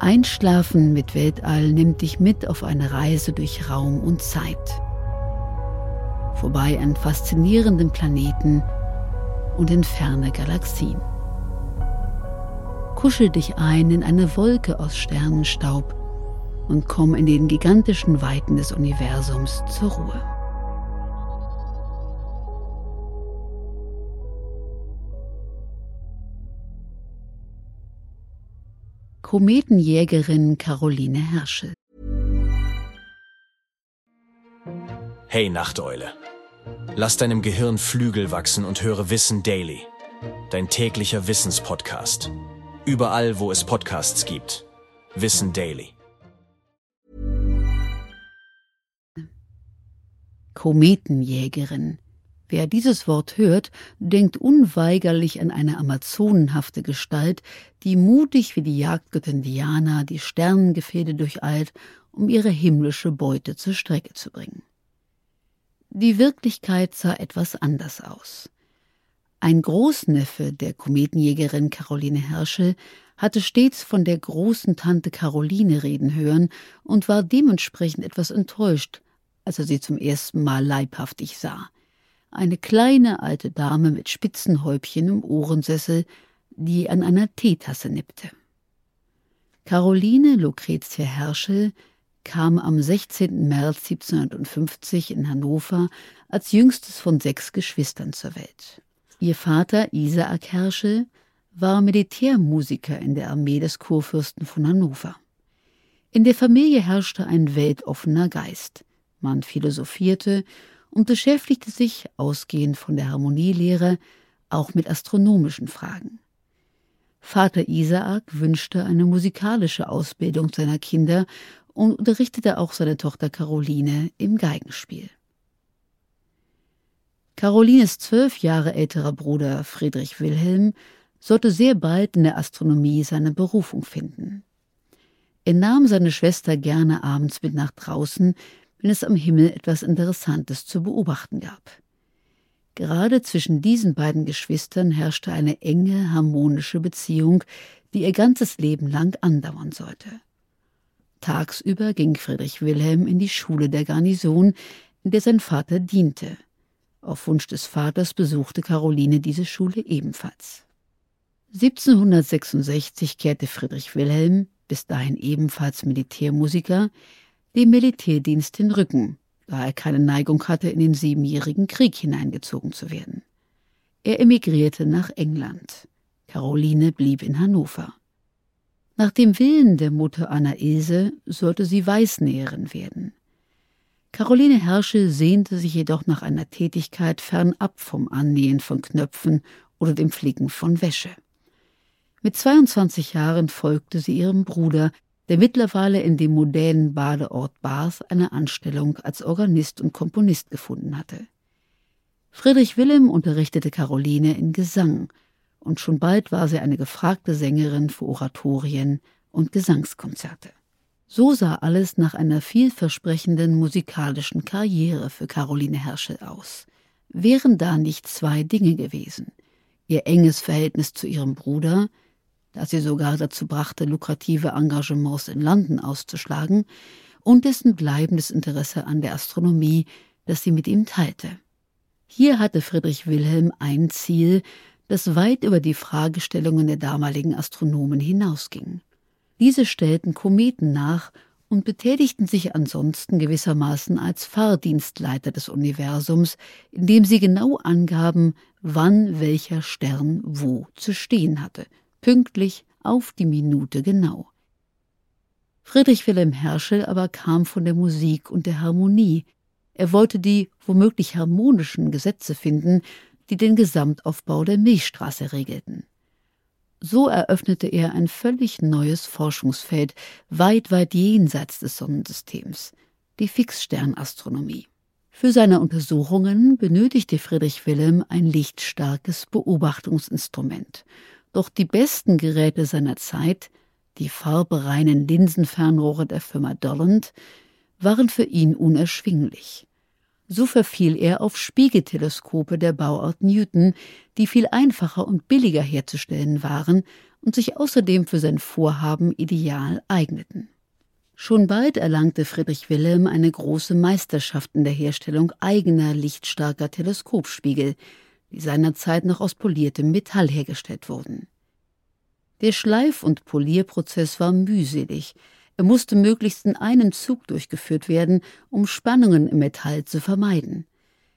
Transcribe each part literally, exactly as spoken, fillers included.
Einschlafen mit Weltall nimmt dich mit auf eine Reise durch Raum und Zeit. Vorbei an faszinierenden Planeten und in ferne Galaxien. Kuschel dich ein in eine Wolke aus Sternenstaub und komm in den gigantischen Weiten des Universums zur Ruhe. Kometenjägerin Caroline Herschel. Hey Nachteule, lass deinem Gehirn Flügel wachsen und höre Wissen Daily, dein täglicher Wissenspodcast. Überall, wo es Podcasts gibt. Wissen Daily. Kometenjägerin. Wer dieses Wort hört, denkt unweigerlich an eine amazonenhafte Gestalt, die mutig wie die Jagdgöttin Diana die Sternengefilde durcheilt, um ihre himmlische Beute zur Strecke zu bringen. Die Wirklichkeit sah etwas anders aus. Ein Großneffe der Kometenjägerin Caroline Herschel hatte stets von der großen Tante Caroline reden hören und war dementsprechend etwas enttäuscht, als er sie zum ersten Mal leibhaftig sah. Eine kleine alte Dame mit spitzen Häubchen im Ohrensessel, die an einer Teetasse nippte. Caroline Lucretia Herschel kam am sechzehnten März siebzehnhundertfünfzig in Hannover als jüngstes von sechs Geschwistern zur Welt. Ihr Vater Isaak Herschel war Militärmusiker in der Armee des Kurfürsten von Hannover. In der Familie herrschte ein weltoffener Geist. Man philosophierte und beschäftigte sich, ausgehend von der Harmonielehre, auch mit astronomischen Fragen. Vater Isaak wünschte eine musikalische Ausbildung seiner Kinder und unterrichtete auch seine Tochter Caroline im Geigenspiel. Carolines zwölf Jahre älterer Bruder Friedrich Wilhelm sollte sehr bald in der Astronomie seine Berufung finden. Er nahm seine Schwester gerne abends mit nach draußen, wenn es am Himmel etwas Interessantes zu beobachten gab. Gerade zwischen diesen beiden Geschwistern herrschte eine enge, harmonische Beziehung, die ihr ganzes Leben lang andauern sollte. Tagsüber ging Friedrich Wilhelm in die Schule der Garnison, in der sein Vater diente. Auf Wunsch des Vaters besuchte Caroline diese Schule ebenfalls. siebzehnhundertsechsundsechzig kehrte Friedrich Wilhelm, bis dahin ebenfalls Militärmusiker, dem Militärdienst den Rücken, da er keine Neigung hatte, in den Siebenjährigen Krieg hineingezogen zu werden. Er emigrierte nach England. Caroline blieb in Hannover. Nach dem Willen der Mutter Anna Ilse sollte sie Weißnäherin werden. Caroline Herschel sehnte sich jedoch nach einer Tätigkeit fernab vom Annähen von Knöpfen oder dem Flicken von Wäsche. Mit zweiundzwanzig Jahren folgte sie ihrem Bruder, der mittlerweile in dem modernen Badeort Bath eine Anstellung als Organist und Komponist gefunden hatte. Friedrich Wilhelm unterrichtete Caroline in Gesang, und schon bald war sie eine gefragte Sängerin für Oratorien und Gesangskonzerte. So sah alles nach einer vielversprechenden musikalischen Karriere für Caroline Herschel aus. Wären da nicht zwei Dinge gewesen: ihr enges Verhältnis zu ihrem Bruder, das sie sogar dazu brachte, lukrative Engagements in London auszuschlagen, und dessen bleibendes Interesse an der Astronomie, das sie mit ihm teilte. Hier hatte Friedrich Wilhelm ein Ziel, das weit über die Fragestellungen der damaligen Astronomen hinausging. Diese stellten Kometen nach und betätigten sich ansonsten gewissermaßen als Fahrdienstleiter des Universums, indem sie genau angaben, wann welcher Stern wo zu stehen hatte, pünktlich auf die Minute genau. Friedrich Wilhelm Herschel aber kam von der Musik und der Harmonie. Er wollte die womöglich harmonischen Gesetze finden, die den Gesamtaufbau der Milchstraße regelten. So eröffnete er ein völlig neues Forschungsfeld, weit, weit jenseits des Sonnensystems, die Fixsternastronomie. Für seine Untersuchungen benötigte Friedrich Wilhelm ein lichtstarkes Beobachtungsinstrument. Doch die besten Geräte seiner Zeit, die farbereinen Linsenfernrohre der Firma Dollond, waren für ihn unerschwinglich. So verfiel er auf Spiegelteleskope der Bauart Newton, die viel einfacher und billiger herzustellen waren und sich außerdem für sein Vorhaben ideal eigneten. Schon bald erlangte Friedrich Wilhelm eine große Meisterschaft in der Herstellung eigener lichtstarker Teleskopspiegel, die seinerzeit noch aus poliertem Metall hergestellt wurden. Der Schleif- und Polierprozess war mühselig. Er musste möglichst in einem Zug durchgeführt werden, um Spannungen im Metall zu vermeiden.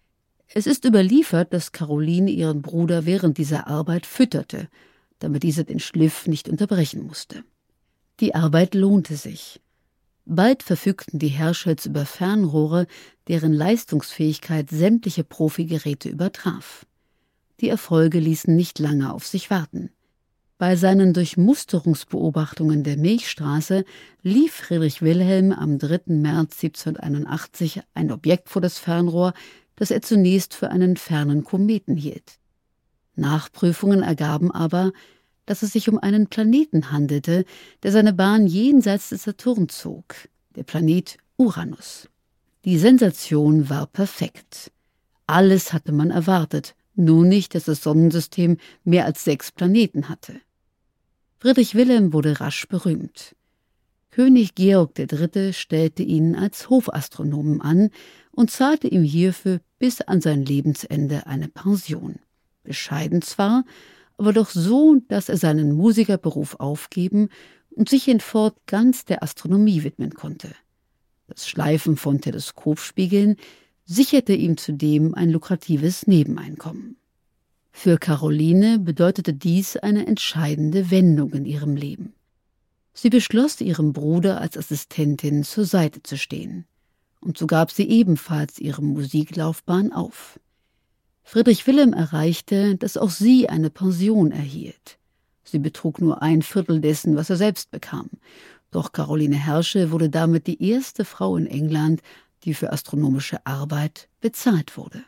Es ist überliefert, dass Caroline ihren Bruder während dieser Arbeit fütterte, damit dieser den Schliff nicht unterbrechen musste. Die Arbeit lohnte sich. Bald verfügten die Herschels über Fernrohre, deren Leistungsfähigkeit sämtliche Profigeräte übertraf. Die Erfolge ließen nicht lange auf sich warten. Bei seinen Durchmusterungsbeobachtungen der Milchstraße lief Friedrich Wilhelm am dritten März siebzehnhunderteinundachtzig ein Objekt vor das Fernrohr, das er zunächst für einen fernen Kometen hielt. Nachprüfungen ergaben aber, dass es sich um einen Planeten handelte, der seine Bahn jenseits des Saturn zog, der Planet Uranus. Die Sensation war perfekt. Alles hatte man erwartet, nur nicht, dass das Sonnensystem mehr als sechs Planeten hatte. Friedrich Wilhelm wurde rasch berühmt. König Georg der Dritte stellte ihn als Hofastronomen an und zahlte ihm hierfür bis an sein Lebensende eine Pension. Bescheiden zwar, aber doch so, dass er seinen Musikerberuf aufgeben und sich hinfort ganz der Astronomie widmen konnte. Das Schleifen von Teleskopspiegeln sicherte ihm zudem ein lukratives Nebeneinkommen. Für Caroline bedeutete dies eine entscheidende Wendung in ihrem Leben. Sie beschloss, ihrem Bruder als Assistentin zur Seite zu stehen. Und so gab sie ebenfalls ihre Musiklaufbahn auf. Friedrich Wilhelm erreichte, dass auch sie eine Pension erhielt. Sie betrug nur ein Viertel dessen, was er selbst bekam. Doch Caroline Herschel wurde damit die erste Frau in England, die für astronomische Arbeit bezahlt wurde.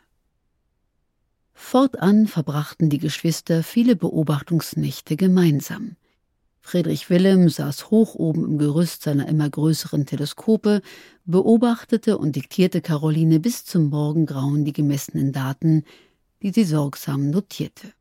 Fortan verbrachten die Geschwister viele Beobachtungsnächte gemeinsam. Friedrich Wilhelm saß hoch oben im Gerüst seiner immer größeren Teleskope, beobachtete und diktierte Caroline bis zum Morgengrauen die gemessenen Daten, die sie sorgsam notierte.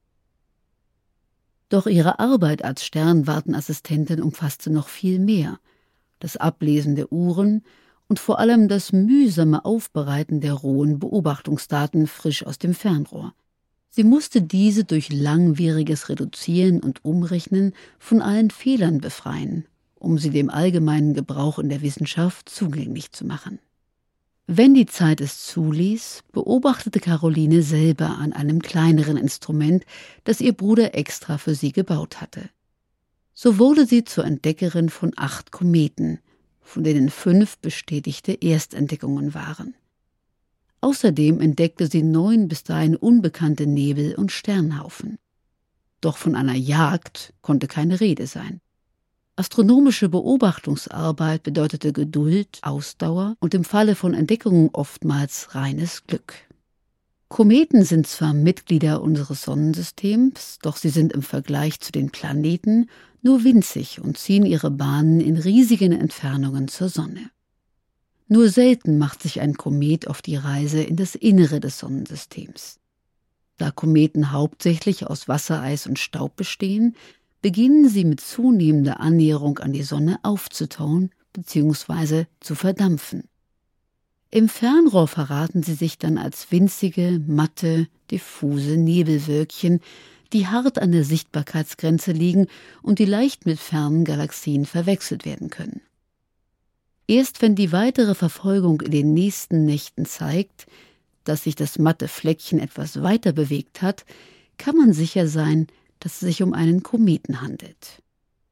Doch ihre Arbeit als Sternwartenassistentin umfasste noch viel mehr: das Ablesen der Uhren und vor allem das mühsame Aufbereiten der rohen Beobachtungsdaten frisch aus dem Fernrohr. Sie musste diese durch langwieriges Reduzieren und Umrechnen von allen Fehlern befreien, um sie dem allgemeinen Gebrauch in der Wissenschaft zugänglich zu machen. Wenn die Zeit es zuließ, beobachtete Caroline selber an einem kleineren Instrument, das ihr Bruder extra für sie gebaut hatte. So wurde sie zur Entdeckerin von acht Kometen, von denen fünf bestätigte Erstentdeckungen waren. Außerdem entdeckte sie neun bis dahin unbekannte Nebel- und Sternhaufen. Doch von einer Jagd konnte keine Rede sein. Astronomische Beobachtungsarbeit bedeutete Geduld, Ausdauer und im Falle von Entdeckungen oftmals reines Glück. Kometen sind zwar Mitglieder unseres Sonnensystems, doch sie sind im Vergleich zu den Planeten nur winzig und ziehen ihre Bahnen in riesigen Entfernungen zur Sonne. Nur selten macht sich ein Komet auf die Reise in das Innere des Sonnensystems. Da Kometen hauptsächlich aus Wassereis und Staub bestehen, beginnen sie mit zunehmender Annäherung an die Sonne aufzutauen bzw. zu verdampfen. Im Fernrohr verraten sie sich dann als winzige, matte, diffuse Nebelwölkchen, die hart an der Sichtbarkeitsgrenze liegen und die leicht mit fernen Galaxien verwechselt werden können. Erst wenn die weitere Verfolgung in den nächsten Nächten zeigt, dass sich das matte Fleckchen etwas weiter bewegt hat, kann man sicher sein, dass es sich um einen Kometen handelt.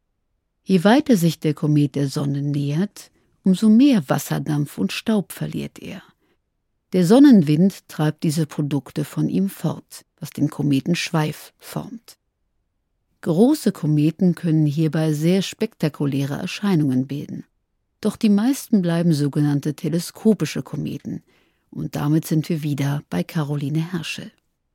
Je weiter sich der Komet der Sonne nähert, umso mehr Wasserdampf und Staub verliert er. Der Sonnenwind treibt diese Produkte von ihm fort, was den Kometenschweif formt. Große Kometen können hierbei sehr spektakuläre Erscheinungen bilden. Doch die meisten bleiben sogenannte teleskopische Kometen. Und damit sind wir wieder bei Caroline Herschel.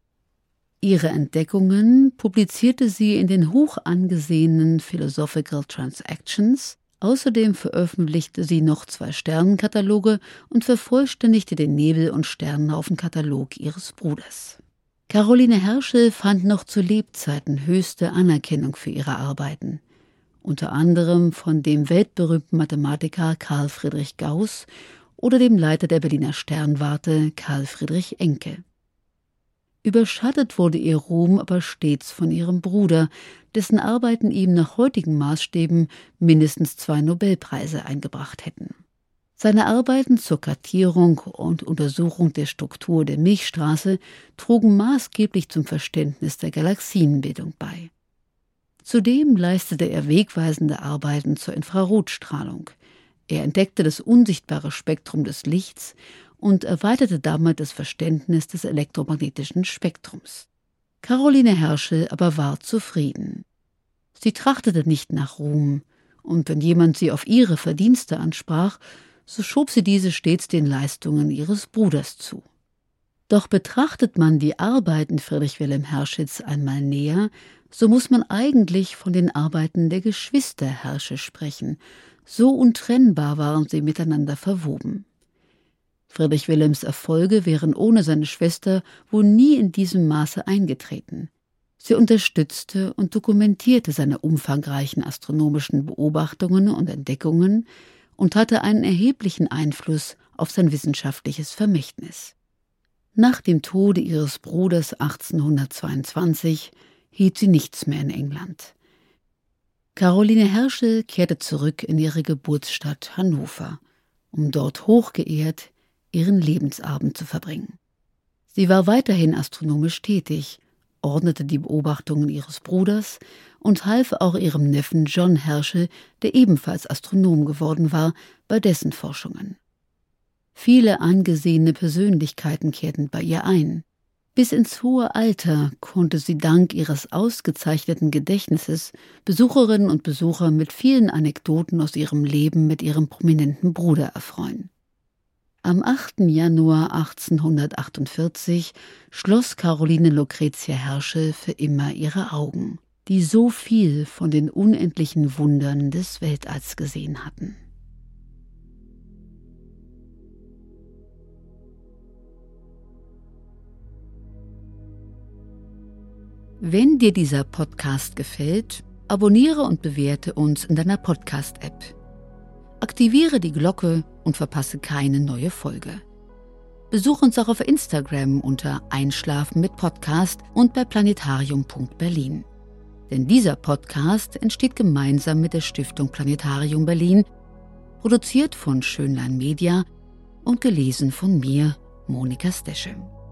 Ihre Entdeckungen publizierte sie in den hoch angesehenen Philosophical Transactions, Außerdem veröffentlichte sie noch zwei Sternenkataloge und vervollständigte den Nebel- und Sternenhaufen-Katalog ihres Bruders. Caroline Herschel fand noch zu Lebzeiten höchste Anerkennung für ihre Arbeiten, unter anderem von dem weltberühmten Mathematiker Carl Friedrich Gauß oder dem Leiter der Berliner Sternwarte Karl Friedrich Encke. Überschattet wurde ihr Ruhm aber stets von ihrem Bruder, dessen Arbeiten ihm nach heutigen Maßstäben mindestens zwei Nobelpreise eingebracht hätten. Seine Arbeiten zur Kartierung und Untersuchung der Struktur der Milchstraße trugen maßgeblich zum Verständnis der Galaxienbildung bei. Zudem leistete er wegweisende Arbeiten zur Infrarotstrahlung. Er entdeckte das unsichtbare Spektrum des Lichts und erweiterte damit das Verständnis des elektromagnetischen Spektrums. Caroline Herschel aber war zufrieden. Sie trachtete nicht nach Ruhm, und wenn jemand sie auf ihre Verdienste ansprach, so schob sie diese stets den Leistungen ihres Bruders zu. Doch betrachtet man die Arbeiten Friedrich Wilhelm Herschels einmal näher, so muss man eigentlich von den Arbeiten der Geschwister Herschel sprechen. So untrennbar waren sie miteinander verwoben. Friedrich Wilhelms Erfolge wären ohne seine Schwester wohl nie in diesem Maße eingetreten. Sie unterstützte und dokumentierte seine umfangreichen astronomischen Beobachtungen und Entdeckungen und hatte einen erheblichen Einfluss auf sein wissenschaftliches Vermächtnis. Nach dem Tode ihres Bruders achtzehnhundertzweiundzwanzig hielt sie nichts mehr in England. Caroline Herschel kehrte zurück in ihre Geburtsstadt Hannover, um dort hochgeehrt ihren Lebensabend zu verbringen. Sie war weiterhin astronomisch tätig, ordnete die Beobachtungen ihres Bruders und half auch ihrem Neffen John Herschel, der ebenfalls Astronom geworden war, bei dessen Forschungen. Viele angesehene Persönlichkeiten kehrten bei ihr ein. Bis ins hohe Alter konnte sie dank ihres ausgezeichneten Gedächtnisses Besucherinnen und Besucher mit vielen Anekdoten aus ihrem Leben mit ihrem prominenten Bruder erfreuen. Am achten Januar achtzehnhundertachtundvierzig schloss Caroline Lucretia Herschel für immer ihre Augen, die so viel von den unendlichen Wundern des Weltalls gesehen hatten. Wenn dir dieser Podcast gefällt, abonniere und bewerte uns in deiner Podcast-App. Aktiviere die Glocke und verpasse keine neue Folge. Besuch uns auch auf Instagram unter Einschlafen mit Podcast und bei planetarium punkt berlin. Denn dieser Podcast entsteht gemeinsam mit der Stiftung Planetarium Berlin, produziert von Schönlein Media und gelesen von mir, Monika Steschem.